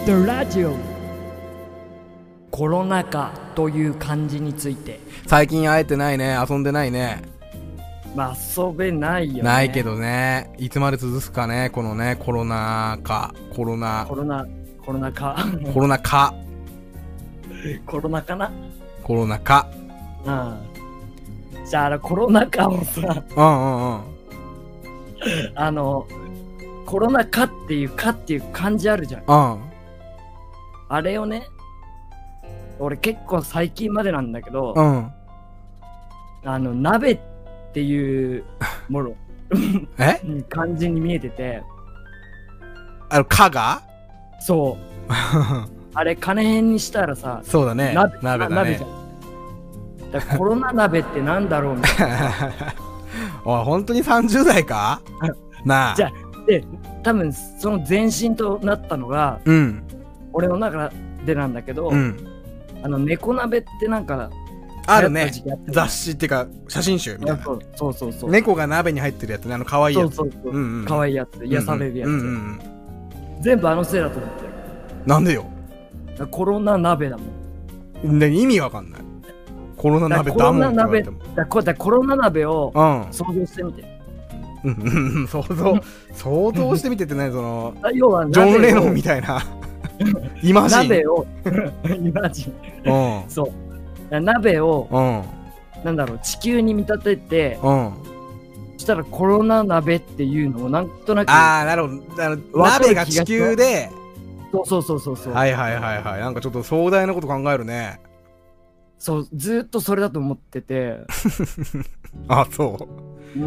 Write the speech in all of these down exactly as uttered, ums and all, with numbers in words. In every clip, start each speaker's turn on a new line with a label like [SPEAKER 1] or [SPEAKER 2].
[SPEAKER 1] The ラジオ。コロナ禍という漢字について。
[SPEAKER 2] 最近会えてないね。遊んでないね。
[SPEAKER 1] まあ遊べないよね。
[SPEAKER 2] ないけどね。いつまで続くかね、このね、コロナ禍。コロナ。
[SPEAKER 1] コロナ、コロナ禍。
[SPEAKER 2] コロナ禍。
[SPEAKER 1] コロナかな。
[SPEAKER 2] コロナ禍。
[SPEAKER 1] うん。じゃあ、あのコロナ禍をさ、
[SPEAKER 2] うんうんうん。
[SPEAKER 1] あの、コロナ禍っていう禍っていう漢字あるじゃん。
[SPEAKER 2] うん。
[SPEAKER 1] あれをね、俺結構最近までなんだけど、
[SPEAKER 2] うん。
[SPEAKER 1] あの、鍋っていうもの、
[SPEAKER 2] え
[SPEAKER 1] 漢字に見えてて、
[SPEAKER 2] あの、かが
[SPEAKER 1] そう。あれ、金編にしたらさ、
[SPEAKER 2] そうだね。
[SPEAKER 1] 鍋
[SPEAKER 2] 鍋だね。
[SPEAKER 1] 鍋じゃん。だからコロナ鍋ってなんだろうみたいな。
[SPEAKER 2] おい、本当にさんじゅう代かなあ。
[SPEAKER 1] じゃあ、で、多分その前身となったのが、
[SPEAKER 2] うん。
[SPEAKER 1] 俺の中でなんだけど、
[SPEAKER 2] うん。
[SPEAKER 1] あの、猫鍋ってなんか、
[SPEAKER 2] あるね
[SPEAKER 1] 流行った時期あったよね。
[SPEAKER 2] 雑誌っていうか写真集みたいな。
[SPEAKER 1] そうそうそうそう。
[SPEAKER 2] 猫が鍋に入ってるやつね、あの可愛いやつ。
[SPEAKER 1] そうそうそう。
[SPEAKER 2] うんうん、
[SPEAKER 1] 可愛いやつ、癒されるやつ、
[SPEAKER 2] うんうんうん。
[SPEAKER 1] 全部あのせいだと思ってる。
[SPEAKER 2] なんでよ。
[SPEAKER 1] コロナ鍋だもん。
[SPEAKER 2] ね、意味わかんない。コロナ鍋だもんって言われても。
[SPEAKER 1] だからコロナ鍋を
[SPEAKER 2] うん
[SPEAKER 1] 想像してみて。
[SPEAKER 2] うんうん、想像想像してみてってね、その
[SPEAKER 1] 要は
[SPEAKER 2] ジョン・レノンみたいなイマジン
[SPEAKER 1] 鍋をイマジン、うん、そう鍋を、うん、なんだろう、地球に見立てて、うん、そしたらコロナ鍋っていうのをなんとなく、
[SPEAKER 2] ああ、なるほど、あの鍋が地球で、
[SPEAKER 1] そうそうそうそうそう、
[SPEAKER 2] はいはいはいはい、なんかちょっと壮大なこと考えるね。
[SPEAKER 1] そう、ずーっとそれだと思ってて
[SPEAKER 2] あ、そう、うん、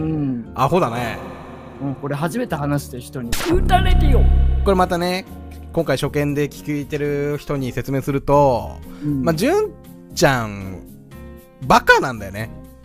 [SPEAKER 2] アホだね。
[SPEAKER 1] うん、これ初めて話してる人に打たれてよ。
[SPEAKER 2] これまたね、今回初見で聞いてる人に説明すると、うん、まあ、純ちゃんバカなんだよね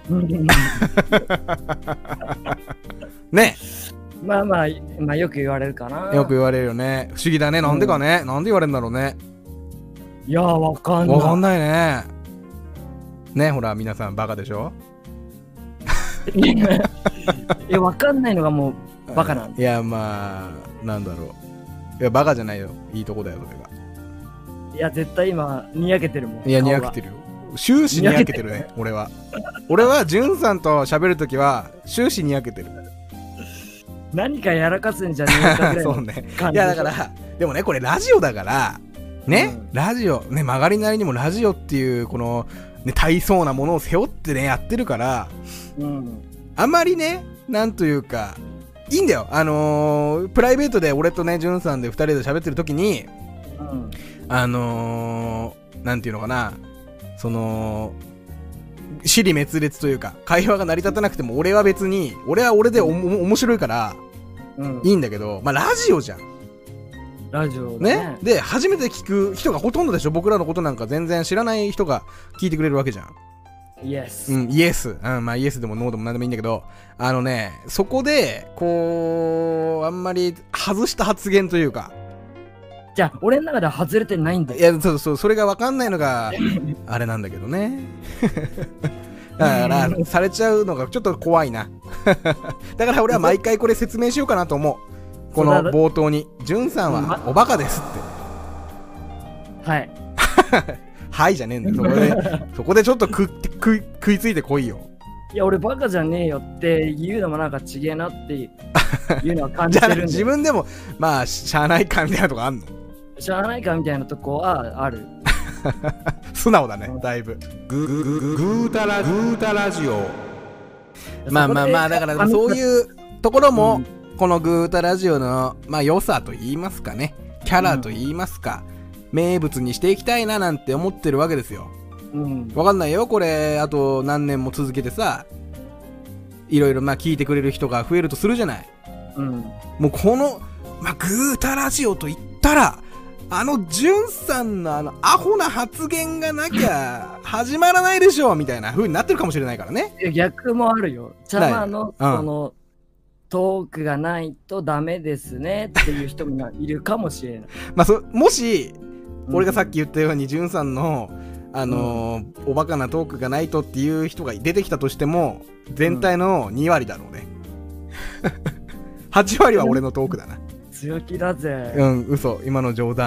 [SPEAKER 2] ね。
[SPEAKER 1] まあまあ、まあよく言われるかな。
[SPEAKER 2] よく言われるよね。不思議だね。なんでかね、うん、なんで言われるんだろうね。
[SPEAKER 1] いやー、わかんない。
[SPEAKER 2] わかんないね。ね、ほら皆さんバカでしょ
[SPEAKER 1] いや、わかんないのがもうバカなんだ。
[SPEAKER 2] いや、まあなんだろう、いやバカじゃないよ、いいとこだよそれが。
[SPEAKER 1] いや、絶対今にやけてるもん。
[SPEAKER 2] いや、にやけてるよ、終始にやけてるね。俺は俺はじゅんさんと喋るときは終始にやけてる。
[SPEAKER 1] 何かやらかすんじゃねえかぐらいの
[SPEAKER 2] そうね。いやだからでもね、これラジオだからね、うん、ラジオね、曲がりなりにもラジオっていうこのね、大層なものを背負ってねやってるから、うん、あまりね、なんというかいいんだよ。あのー、プライベートで俺とね、じゅんさんでふたりで喋ってる時に、うん、あのー、なんていうのかな、その支離滅裂というか会話が成り立たなくても、俺は別に俺は俺でおも面白いから、うん、いいんだけど、まあラジオじゃん。
[SPEAKER 1] ラジオ
[SPEAKER 2] ね,
[SPEAKER 1] ね。
[SPEAKER 2] で初めて聞く人がほとんどでしょ。僕らのことなんか全然知らない人が聞いてくれるわけじゃん。
[SPEAKER 1] イエス、
[SPEAKER 2] うん、イエス、うん、まあイエスでもノーでも何でもいいんだけど、あのね、そこでこうあんまり外した発言というか、
[SPEAKER 1] じゃあ俺の中では外れてないんだよ。
[SPEAKER 2] いや、そうそう、それが分かんないのがあれなんだけどねだからされちゃうのがちょっと怖いなだから俺は毎回これ説明しようかなと思う。この冒頭に、じゅんさんはおバカですって。
[SPEAKER 1] はい
[SPEAKER 2] はいじゃねえんだよ。そこでそこでちょっと食食い食いついてこいよ。
[SPEAKER 1] いや、俺バカじゃねえよって言うのもなんかちげえなっていうのは感じてるんで
[SPEAKER 2] 自分でもまあしゃあないかみたいなとこあんの？
[SPEAKER 1] しゃあないかみたいなとこはある
[SPEAKER 2] 素直だね、だいぶ。ググググータラグータラジオ。まあまあまあ、だからそういうところも、うん、このグータラジオのまあ良さと言いますかね、キャラと言いますか、うん、名物にしていきたいななんて思ってるわけですよ。うん、わかんないよ、これあと何年も続けてさ、いろいろまあ聞いてくれる人が増えるとするじゃない。うん、もうこの、まあ、グータラジオと言ったら、あのじゅんさんのあのアホな発言がなきゃ始まらないでしょみたいな風になってるかもしれないからね。
[SPEAKER 1] 逆もあるよ。茶間のその、うん、トークがないとダメですねっていう人もいるかもしれない
[SPEAKER 2] まあそもし俺がさっき言ったようにじゅんさんのあのーうん、おバカなトークがないとっていう人が出てきたとしても、全体のにわりだろうね、うん、はちわりは俺のトークだな。
[SPEAKER 1] 強気だぜ。
[SPEAKER 2] うん、嘘、今の冗談。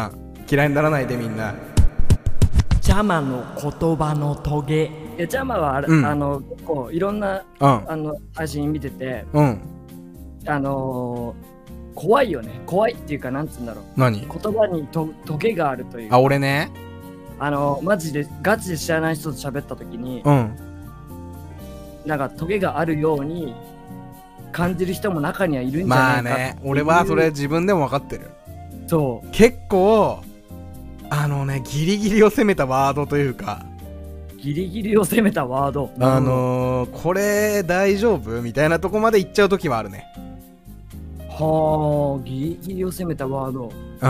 [SPEAKER 2] 嫌いにならないでみんな。
[SPEAKER 1] ジャマの言葉のトゲ。いやジャマはあれ、うん、あの結構いろんな、うん、あの配信見てて、うん、あのー、怖いよね。怖いっていうかなんつうんだろう。
[SPEAKER 2] 何？
[SPEAKER 1] 言葉にトゲがあるという。
[SPEAKER 2] あ、俺ね。
[SPEAKER 1] あのマジでガチで知らない人と喋った時に、うん、なんかトゲがあるように感じる人も中にはいるんじゃないか。
[SPEAKER 2] まあね、俺はそれ自分でも分かってる。
[SPEAKER 1] そう。
[SPEAKER 2] 結構あのねギリギリを攻めたワードというか。
[SPEAKER 1] ギリギリを攻めたワード。
[SPEAKER 2] あのー、これ大丈夫みたいなとこまで行っちゃう時はあるね。
[SPEAKER 1] はあ、ギリギリを攻めたワード。
[SPEAKER 2] うん。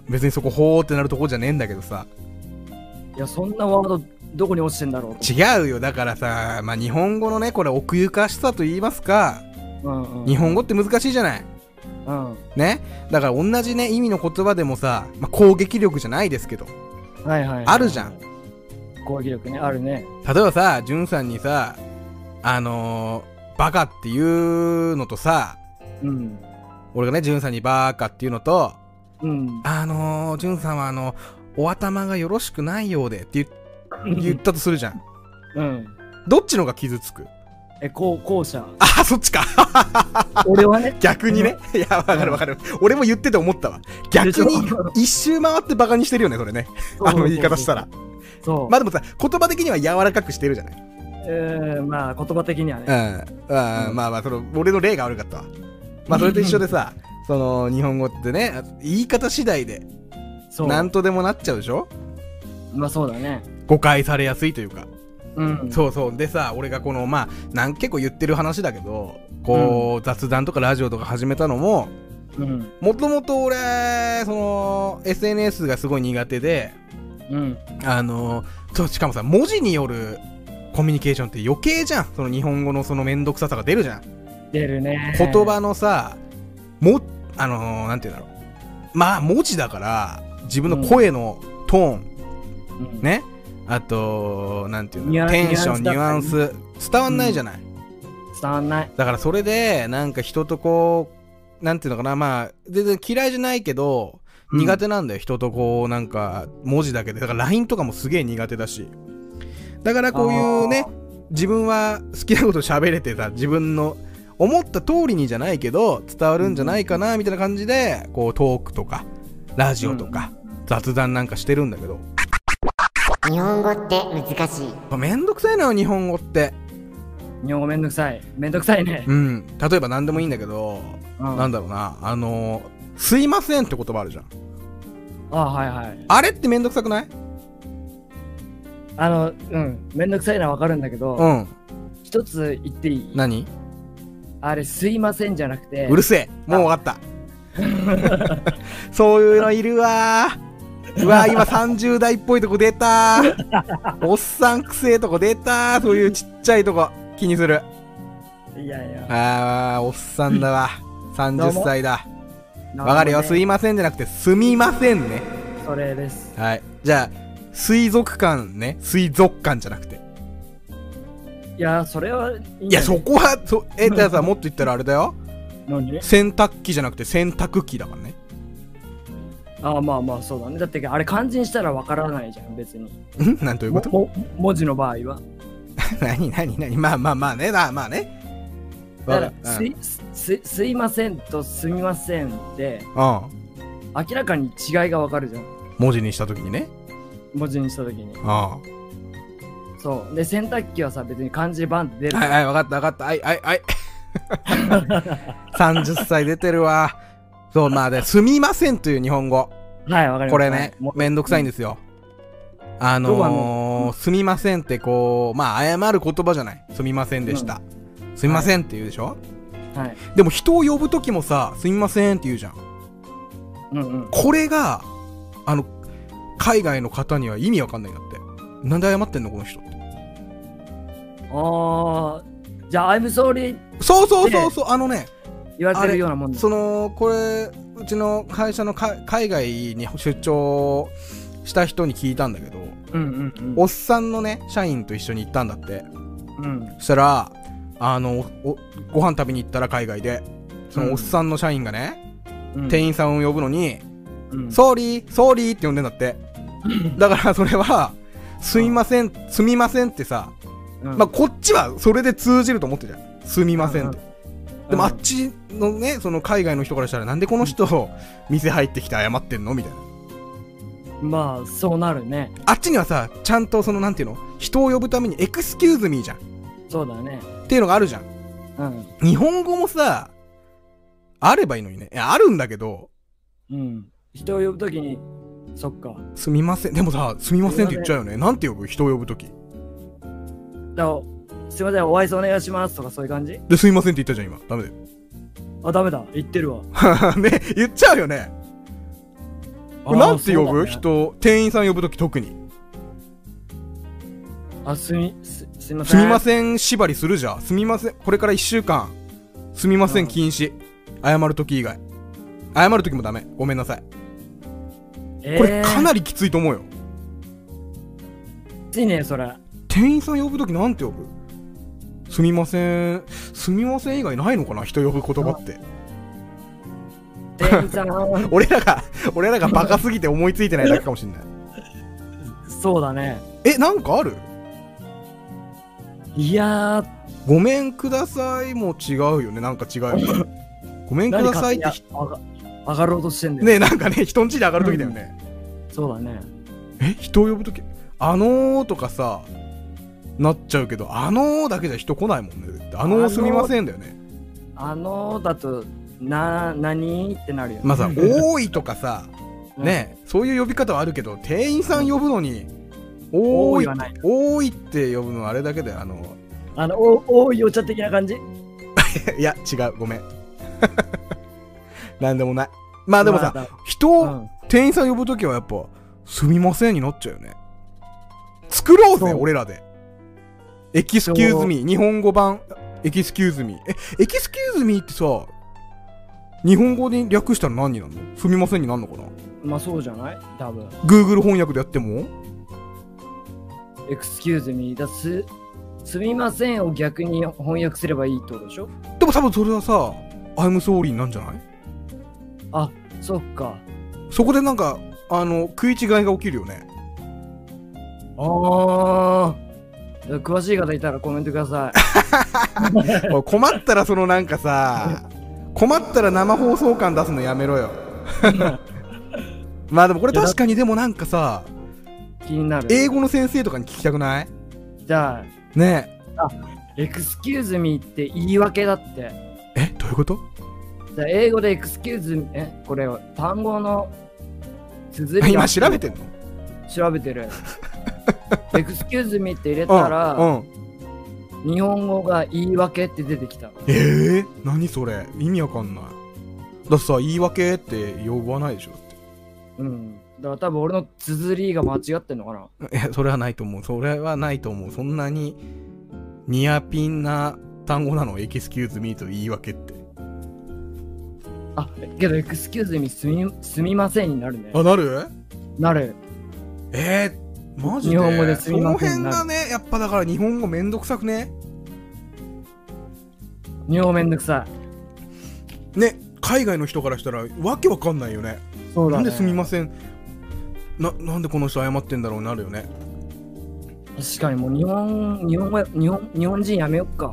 [SPEAKER 2] 別にそこほーってなるとこじゃねえんだけどさ。
[SPEAKER 1] いやそんなワードどこに落ちてんだろう。
[SPEAKER 2] 違うよ。だからさ、まあ、日本語のねこれ奥ゆかしさと言いますか、うんうん、日本語って難しいじゃない、うん、ね。だから同じね意味の言葉でもさ、まあ、攻撃力じゃないですけど、
[SPEAKER 1] はいはいはいはい、
[SPEAKER 2] あるじゃん。
[SPEAKER 1] 攻撃力ね、あるね。
[SPEAKER 2] 例えばさ、じゅんさんにさ、あのー、バカっていうのとさ、うん、俺がねじゅんさんにバカっていうのと、うん、あのー、じゅんさんはあのお頭がよろしくないようでって 言, 言ったとするじゃん。うん。どっちのが傷つく？
[SPEAKER 1] え、こう、後者。
[SPEAKER 2] あ、そっちか。
[SPEAKER 1] 俺はね。
[SPEAKER 2] 逆にね。いや、わかるわかる。俺も言ってて思ったわ。逆に一周回ってバカにしてるよね、それね。あの言い方したら。そう。まあでもさ、言葉的には柔らかくしてるじゃない。
[SPEAKER 1] えー、まあ言葉的にはね。
[SPEAKER 2] うん。あうん、まあまあ、その、俺の例が悪かったわ。まあそれと一緒でさ、その、日本語ってね、言い方次第で、なんとでもなっちゃうでしょ？
[SPEAKER 1] まあそうだね。
[SPEAKER 2] 誤解されやすいというか。
[SPEAKER 1] うん、
[SPEAKER 2] そうそう。でさ、俺がこのまあなん結構言ってる話だけど、こう、うん、雑談とかラジオとか始めたのも、もともと俺その エスエヌエス がすごい苦手で、うん、あのそうしかもさ文字によるコミュニケーションって余計じゃん。その日本語のそのめんどくささが出るじゃん。
[SPEAKER 1] 出るね。
[SPEAKER 2] 言葉のさ、もあのー、なんていうんだろう。まあ文字だから自分の声のトーン、うん、ね。あとなんていうのテンションニュアンス伝わんないじゃない、うん、
[SPEAKER 1] 伝わんない。
[SPEAKER 2] だからそれでなんか人とこうなんていうのかな、まあ全然嫌いじゃないけど、うん、苦手なんだよ人とこうなんか文字だけで。だから ライン とかもすげえ苦手だし、だからこういうね自分は好きなこと喋れてさ、自分の思った通りにじゃないけど伝わるんじゃないかなみたいな感じでこうトークとかラジオとか、うん、雑談なんかしてるんだけど、
[SPEAKER 3] 日本語って難しい。
[SPEAKER 2] めんどくさいのよ日本語って。
[SPEAKER 1] 日本語めんどくさい。めんどくさいね。
[SPEAKER 2] うん。例えば何でもいいんだけど、うん、なんだろうな、あのすいませんって言葉あるじゃん。
[SPEAKER 1] あ、はいはい。
[SPEAKER 2] あれってめんどくさくない？
[SPEAKER 1] あのうんめんどくさいのはわかるんだけど、うん。一つ言っていい？
[SPEAKER 2] 何？
[SPEAKER 1] あれすいませんじゃなくて。
[SPEAKER 2] うるせえ。もうわかった。そういうのいるわー。うわ今さんじゅう代っぽいとこ出たー。おっさんくせえとこ出たー。そういうちっちゃいとこ気にする。
[SPEAKER 1] いやいや、
[SPEAKER 2] あーおっさんだわ。さんじゅっさいだ。わかるよ。すいませんじゃなくてすみませんね。
[SPEAKER 1] それです。
[SPEAKER 2] はい。じゃあ水族館ね。水族館じゃなくて。
[SPEAKER 1] いやそれはいいんじゃない？
[SPEAKER 2] いやそこはそえじゃあさもっと言ったらあれだよ。
[SPEAKER 1] 何？
[SPEAKER 2] 洗濯機じゃなくて洗濯機だからね。
[SPEAKER 1] ああまあまあそうだね。だってあれ漢字にしたらわからないじゃん別に。
[SPEAKER 2] ん？なんということ？
[SPEAKER 1] も文字の場合は。
[SPEAKER 2] 何何何まあまあまあねだまあね。
[SPEAKER 1] だからすい、す、すいませんとすみませんってああ明らかに違いがわかるじゃん。
[SPEAKER 2] 文字にしたときにね。
[SPEAKER 1] 文字にしたときに。
[SPEAKER 2] ああ。
[SPEAKER 1] そうで洗濯機はさ別に漢字でバンって出る。
[SPEAKER 2] はいはいわかったわかったはいはいはい。さんじゅっさい出てるわ。そうまあですみませんという日本語。
[SPEAKER 1] はいわかります。
[SPEAKER 2] これねめんどくさいんですよ。あのー、すみませんってこうまあ謝る言葉じゃない。すみませんでした、うん、すみませんって言うでしょ。はい。でも人を呼ぶときもさすみませんって言うじゃん。うんうん。これがあの海外の方には意味わかんないんだって。なんで謝ってんのこの人って。
[SPEAKER 1] ああじゃあ I'm sorry。
[SPEAKER 2] そうそうそうそうあのね。
[SPEAKER 1] 言われてるようなもんだ。
[SPEAKER 2] そのこれうちの会社のか海外に出張した人に聞いたんだけど、うんうんうん、おっさんのね社員と一緒に行ったんだって、うん、そしたらあのおご飯食べに行ったら海外でそのおっさんの社員がね、うん、店員さんを呼ぶのにうん、ソーリーソーリーって呼んでんだってだからそれはすみませんすみませんってさ、うん、まあこっちはそれで通じると思ってるじゃん、すみませんって、うん、でもあっちのねその海外の人からしたらなんでこの人店入ってきて謝ってんのみたいな、
[SPEAKER 1] まあそうなるね。
[SPEAKER 2] あっちにはさちゃんとそのなんていうの人を呼ぶためにエクスキューズミーじゃん。
[SPEAKER 1] そうだね
[SPEAKER 2] っていうのがあるじゃん、うん、日本語もさあればいいのにね。いやあるんだけど、
[SPEAKER 1] うん、人を呼ぶときにそっか
[SPEAKER 2] すみません、でもさすみませんって言っちゃうよね。なんて呼ぶ人を呼ぶとき
[SPEAKER 1] だすいませんお愛想お願いしますとかそういう感じ
[SPEAKER 2] ですみませんって言ったじゃん今。ダメだよ。
[SPEAKER 1] あダメだ言ってるわ
[SPEAKER 2] ね言っちゃうよね。なんて呼ぶ、ね、人店員さん呼ぶとき特に
[SPEAKER 1] あすみ す, すみません
[SPEAKER 2] すみません縛りするじゃん。すみませんこれからいっしゅうかんすみません禁止、謝るとき以外謝るときもダメごめんなさい、えー、これかなりきついと思うよ。
[SPEAKER 1] きついねそれ。
[SPEAKER 2] 店員さん呼ぶときなんて呼ぶ、すみませんすみません以外ないのかな人呼ぶ言葉って。
[SPEAKER 1] 店員さん
[SPEAKER 2] 俺らが俺らがバカすぎて思いついてないだけかもしんない
[SPEAKER 1] そうだね。
[SPEAKER 2] えなんかある。
[SPEAKER 1] いやー
[SPEAKER 2] ごめんくださいも違うよね。なんか違うよねごめんくださいって
[SPEAKER 1] 上がろうとしてんだよ
[SPEAKER 2] ね。なんかね人ん家で上がるときだよね、
[SPEAKER 1] うん、そうだね。
[SPEAKER 2] え人を呼ぶときあのーとかさなっちゃうけど、あのーだけじゃ人来ないもんね。あのーすみませんだよね。
[SPEAKER 1] あのーだとな何ってなるよね。
[SPEAKER 2] まあさ多いとかさねそういう呼び方はあるけど店員さん呼ぶのに多い多いって呼ぶのはあれだけであの
[SPEAKER 1] あのお多いお茶的な感じ
[SPEAKER 2] いや違うごめんなんでもない。まあでもさ、まあ、人を、うん、店員さん呼ぶときはやっぱすみませんになっちゃうよね。作ろうぜ俺らでエキスキューズミー日本語版エキスキューズミーえエキスキューズミーってさ日本語で略したら何になるの。すみませんになるのかな。
[SPEAKER 1] まあそうじゃない多分
[SPEAKER 2] Google 翻訳でやっても
[SPEAKER 1] エクスキューズミーだすすみませんを逆に翻訳すればいいってことでしょ。
[SPEAKER 2] でも多分それはさ I'm sorry なんじゃない。
[SPEAKER 1] あそっか。
[SPEAKER 2] そこでなんかあの食い違いが起きるよね。
[SPEAKER 1] ああ詳しい方いたらコメントくださ
[SPEAKER 2] い困ったらそのなんかさ困ったら生放送感出すのやめろよまあでもこれ確かにでもなんかさ
[SPEAKER 1] 気になる
[SPEAKER 2] 英語の先生とかに聞きたくない。
[SPEAKER 1] じゃあ
[SPEAKER 2] ね
[SPEAKER 1] えあエクスキューズミーって言い訳だって。
[SPEAKER 2] えどういうこと。
[SPEAKER 1] じゃあ英語でエクスキューズえこれ単語の綴り
[SPEAKER 2] 今調べてんの。
[SPEAKER 1] 調べてるエクスキューズミーって入れたら、うんうん、日本語が言い訳って出てきた。
[SPEAKER 2] えー、何それ意味わかんない。だってさ言い訳って呼ばないでしょ。
[SPEAKER 1] うんだから多分俺の綴りが間違ってんのかな。
[SPEAKER 2] いやそれはないと思う。それはないと思う。そんなにニアピンな単語なのエキスキューズミーと言い訳って。
[SPEAKER 1] あけどエクスキューズミーすみすみませんになるね。
[SPEAKER 2] あなる
[SPEAKER 1] なる。
[SPEAKER 2] えー、マジで
[SPEAKER 1] 日本語ですみません。
[SPEAKER 2] その辺がねやっぱだから日本語めんどくさくね。
[SPEAKER 1] 日本語めんどくさ
[SPEAKER 2] いね。海外の人からしたらわけわかんないよね。
[SPEAKER 1] そうだね。
[SPEAKER 2] なんですみませんな、なんでこの人謝ってんだろうなるよね。
[SPEAKER 1] 確かにもう日本日本語日本日本人やめよっか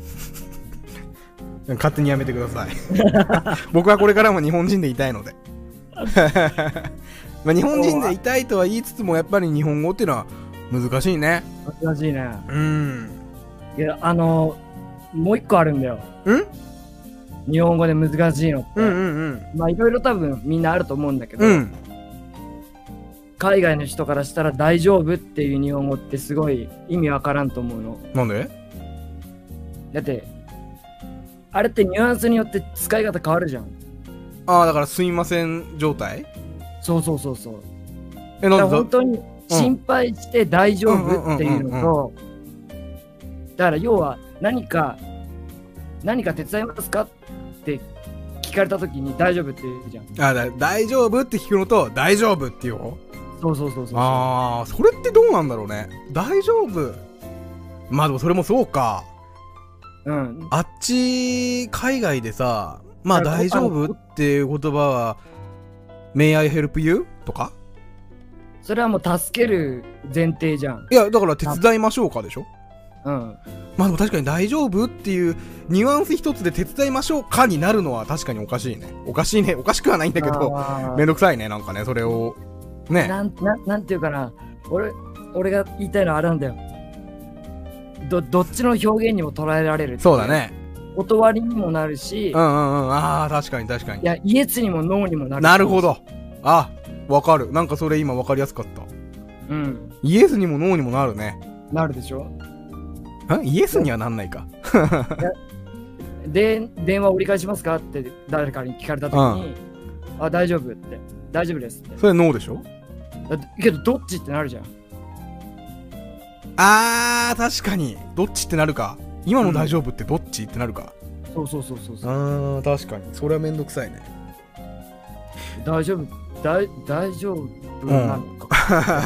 [SPEAKER 2] 勝手にやめてください僕はこれからも日本人でいたいのでまあ日本人でいたいとは言いつつもやっぱり日本語っていうのは難しいね。
[SPEAKER 1] 難しいね。
[SPEAKER 2] うん
[SPEAKER 1] いやあのもう一個あるんだよ。
[SPEAKER 2] ん
[SPEAKER 1] 日本語で難しいのって、
[SPEAKER 2] うんうんうん、
[SPEAKER 1] まあいろいろ多分みんなあると思うんだけど、うん、海外の人からしたら大丈夫っていう日本語ってすごい意味わからんと思うの。
[SPEAKER 2] なんで？
[SPEAKER 1] だってあれってニュアンスによって使い方変わるじゃん。
[SPEAKER 2] ああだからすいません状態。
[SPEAKER 1] そうそうそうそう。
[SPEAKER 2] えなんでだ
[SPEAKER 1] 本当に心配して大丈夫っていうのと、だから要は何か何か手伝いますかって聞かれた時に大丈夫って言うじゃん。
[SPEAKER 2] あだ大丈夫って聞くのと大丈夫っていうの。
[SPEAKER 1] そうそうそうそう。
[SPEAKER 2] ああそれってどうなんだろうね。大丈夫まあでもそれもそうか。
[SPEAKER 1] うん、
[SPEAKER 2] あっち海外でさまあ大丈夫っていう言葉は May I help you? とか
[SPEAKER 1] それはもう助ける前提じゃん。
[SPEAKER 2] いやだから手伝いましょうかでしょ。
[SPEAKER 1] うん。
[SPEAKER 2] まあでも確かに大丈夫っていうニュアンス一つで手伝いましょうかになるのは確かにおかしいね。おかしいね。おかしくはないんだけど、めんどくさいね。なんかね、それをね。
[SPEAKER 1] なん、な、なんていうかな。俺、俺が言いたいのはあれなんだよ。ど、どっちの表現にも捉えられる。
[SPEAKER 2] そうだね。
[SPEAKER 1] 断りにもなるし。
[SPEAKER 2] うんうんうん。ああ、確かに確かに。
[SPEAKER 1] いや、イエスにもノーにもなる。
[SPEAKER 2] なるほど。あ、わかる。なんかそれ今わかりやすかった。
[SPEAKER 1] うん。
[SPEAKER 2] イエスにもノーにもなるね。
[SPEAKER 1] なるでしょ。
[SPEAKER 2] イエスにはなんないか。
[SPEAKER 1] で、電話折り返しますかって誰かに聞かれたときに、うん、あ、大丈夫って。大丈夫ですって。
[SPEAKER 2] それノーでしょ。
[SPEAKER 1] だけど、どっちってなるじゃん。
[SPEAKER 2] あー、確かに。どっちってなるか。今の大丈夫ってどっちってなるか。
[SPEAKER 1] そうそうそうそうそう。
[SPEAKER 2] あー、確かに。それはめんどくさいね。
[SPEAKER 1] 大丈夫、大、大丈夫なのか。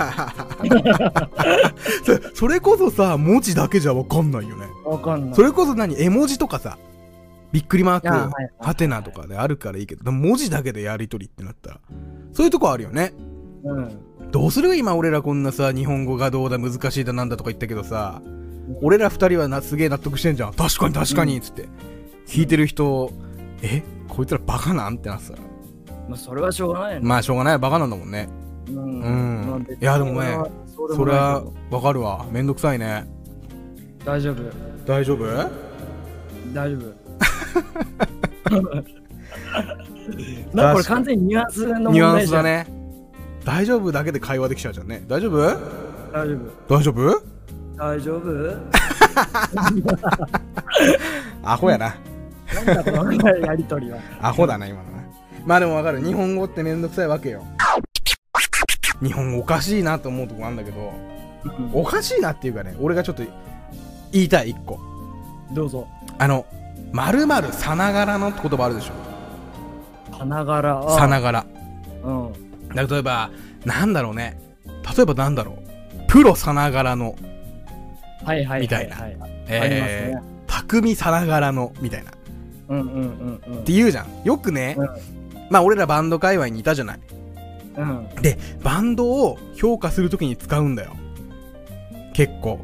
[SPEAKER 2] そ, それこそさ、文字だけじゃわかんないよね。
[SPEAKER 1] わかんない。
[SPEAKER 2] それこそ何、絵文字とかさ、びっくりマーク、
[SPEAKER 1] はいはい、
[SPEAKER 2] ハテナとかであるからいいけど、でも文字だけでやりとりってなったら、そういうとこあるよね。
[SPEAKER 1] うん。
[SPEAKER 2] どうする今俺らこんなさ、日本語がどうだ難しいだなんだとか言ったけどさ、俺ら二人はなすげえ納得してんじゃん。確かに確かにっつって、うん、聞いてる人、え、こいつらバカなんってなってたら、
[SPEAKER 1] まあそれはしょうがないよね。
[SPEAKER 2] まあしょうがない、バカなんだもんね。うん、うん、いやでもね、それはわかるわ。めんどくさいね。
[SPEAKER 1] 大丈夫。
[SPEAKER 2] 大丈夫？
[SPEAKER 1] 大丈夫。なんかこれ完全にニュアンスの問題じゃん。ニュアンスだね。
[SPEAKER 2] 大丈夫だけで会話できちゃうじゃんね。大丈夫？
[SPEAKER 1] 大丈夫。
[SPEAKER 2] 大丈夫？
[SPEAKER 1] 大丈夫？
[SPEAKER 2] アホやな。
[SPEAKER 1] なんだこのやりとりは。
[SPEAKER 2] アホだな今のな。まあでもわかる。日本語ってめんどくさいわけよ。日本語おかしいなと思うとこあるんだけど、うん、おかしいなっていうかね、俺がちょっと言いたい一個。
[SPEAKER 1] どうぞ。
[SPEAKER 2] あの〇〇さながらのって言葉あるでしょ。
[SPEAKER 1] さながら。
[SPEAKER 2] さながら。
[SPEAKER 1] うん。
[SPEAKER 2] 例えばなんだろうね。例えばなんだろう。プロさながらの。
[SPEAKER 1] はいはいはいはい。
[SPEAKER 2] みたいな。えー、
[SPEAKER 1] ありますね。
[SPEAKER 2] 匠さながらのみたいな。
[SPEAKER 1] うんうんうんうん。
[SPEAKER 2] って言うじゃん。よくね。うん、まあ俺らバンド界隈にいたじゃない。
[SPEAKER 1] うん、
[SPEAKER 2] でバンドを評価するときに使うんだよ。結構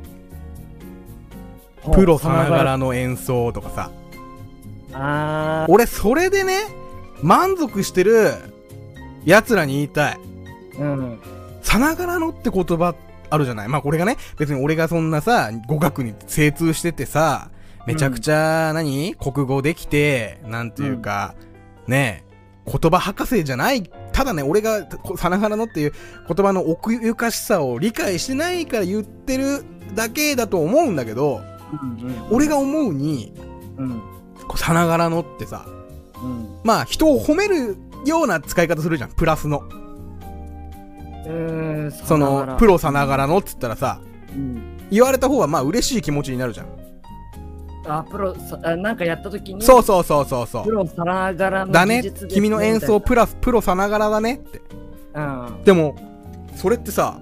[SPEAKER 2] プロさながらの演奏とかさ。
[SPEAKER 1] あ
[SPEAKER 2] 俺それでね満足してるやつらに言いたい。
[SPEAKER 1] うん。
[SPEAKER 2] さながらのって言葉あるじゃない。まあこれがね別に俺がそんなさ語学に精通しててさめちゃくちゃ、うん、何国語できてなんていうか、うん、ねえ言葉博士じゃない。ただね俺がさながらのっていう言葉の奥ゆかしさを理解してないから言ってるだけだと思うんだけど、うんうん、俺が思うに、うん、さながらのってさ、うん、まあ人を褒めるような使い方するじゃん。プラスの、
[SPEAKER 1] えー、
[SPEAKER 2] そのプロさながらのっつったらさ、うん、言われた方はまあ嬉しい気持ちになるじゃん。
[SPEAKER 1] あ、プロあなんかやった時に
[SPEAKER 2] そうそうそうそうそう
[SPEAKER 1] プロさながらの
[SPEAKER 2] だね。君の演奏プラスプロさながらだねって、うん、でもそれってさ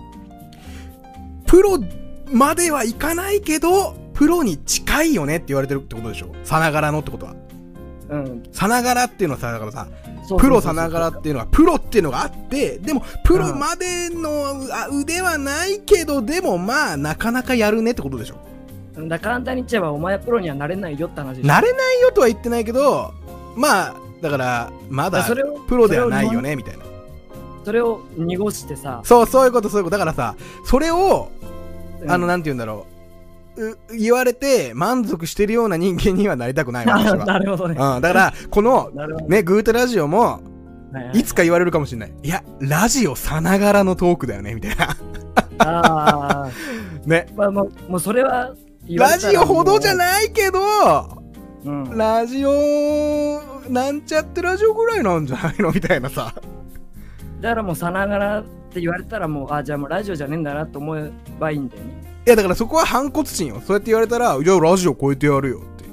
[SPEAKER 2] プロまではいかないけどプロに近いよねって言われてるってことでしょ。さながらのってことは、うん、さながらっていうのはさだからさプロさながらっていうのはプロっていうのがあってでもプロまでの腕はないけどでもまあなかなかやるねってことでしょ。
[SPEAKER 1] だ簡単に言っちゃえばお前はプロにはなれないよって話でしょ。
[SPEAKER 2] なれないよとは言ってないけどまあだからまだプロではないよねみたいな。
[SPEAKER 1] それを濁してさ
[SPEAKER 2] そうそういうことそういうことだからさそれを、うん、あのなんて言うんだろう言われて満足してるような人間にはなりたくないわ私は。
[SPEAKER 1] なるほどね、
[SPEAKER 2] うん、だからこのねグータラジオも、はいはい、いつか言われるかもしれない。いやラジオさながらのトークだよねみたいな
[SPEAKER 1] ああ
[SPEAKER 2] ね、
[SPEAKER 1] まあもうもうそれは
[SPEAKER 2] ラジオほどじゃないけど、うん、ラジオなんちゃってラジオぐらいなんじゃないのみたいなさ。
[SPEAKER 1] だからもうさながらって言われたらもうあじゃあもうラジオじゃねえんだなと思えばいいんだよね。
[SPEAKER 2] いやだからそこは反骨心よ。そうやって言われたらじゃあラジオ超えてやるよっていう。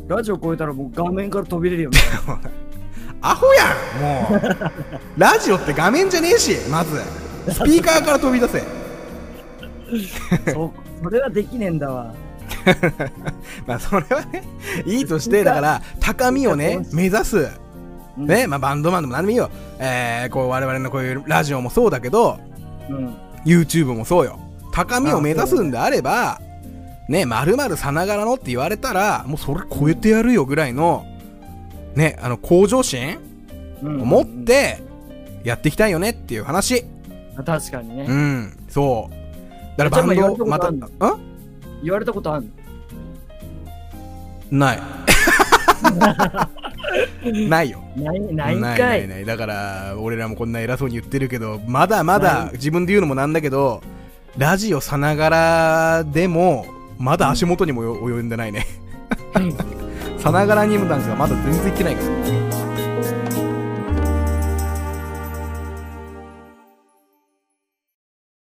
[SPEAKER 1] ラジオ超えたらもう画面から飛び出るよみたいな
[SPEAKER 2] アホやんもうラジオって画面じゃねえしまずスピーカーから飛び出せ
[SPEAKER 1] そ, それはできねえんだわ
[SPEAKER 2] まあそれはねいいとしてだから高みをね目指すうん、ね、まあバンドマンでも何でもいいよ。えー、こう我々のこういうラジオもそうだけど、うん、YouTube もそうよ。高みを目指すんであれば、ね、〇〇さながらのって言われたら、もうそれ超えてやるよぐらいの、ね、あの向上心を持ってやっていきたいよねっていう話。
[SPEAKER 1] 確かにね。
[SPEAKER 2] うん、そう。だからバンドまた、ん？
[SPEAKER 1] 言われたことある
[SPEAKER 2] の？ない。ないよ。
[SPEAKER 1] ないないんかい。
[SPEAKER 2] ないないない。だから俺らもこんな偉そうに言ってるけど、まだまだ自分で言うのもなんだけど、ラジオさながらでもまだ足元にも及んでないね。さながらにもなんかまだ全然いってないから。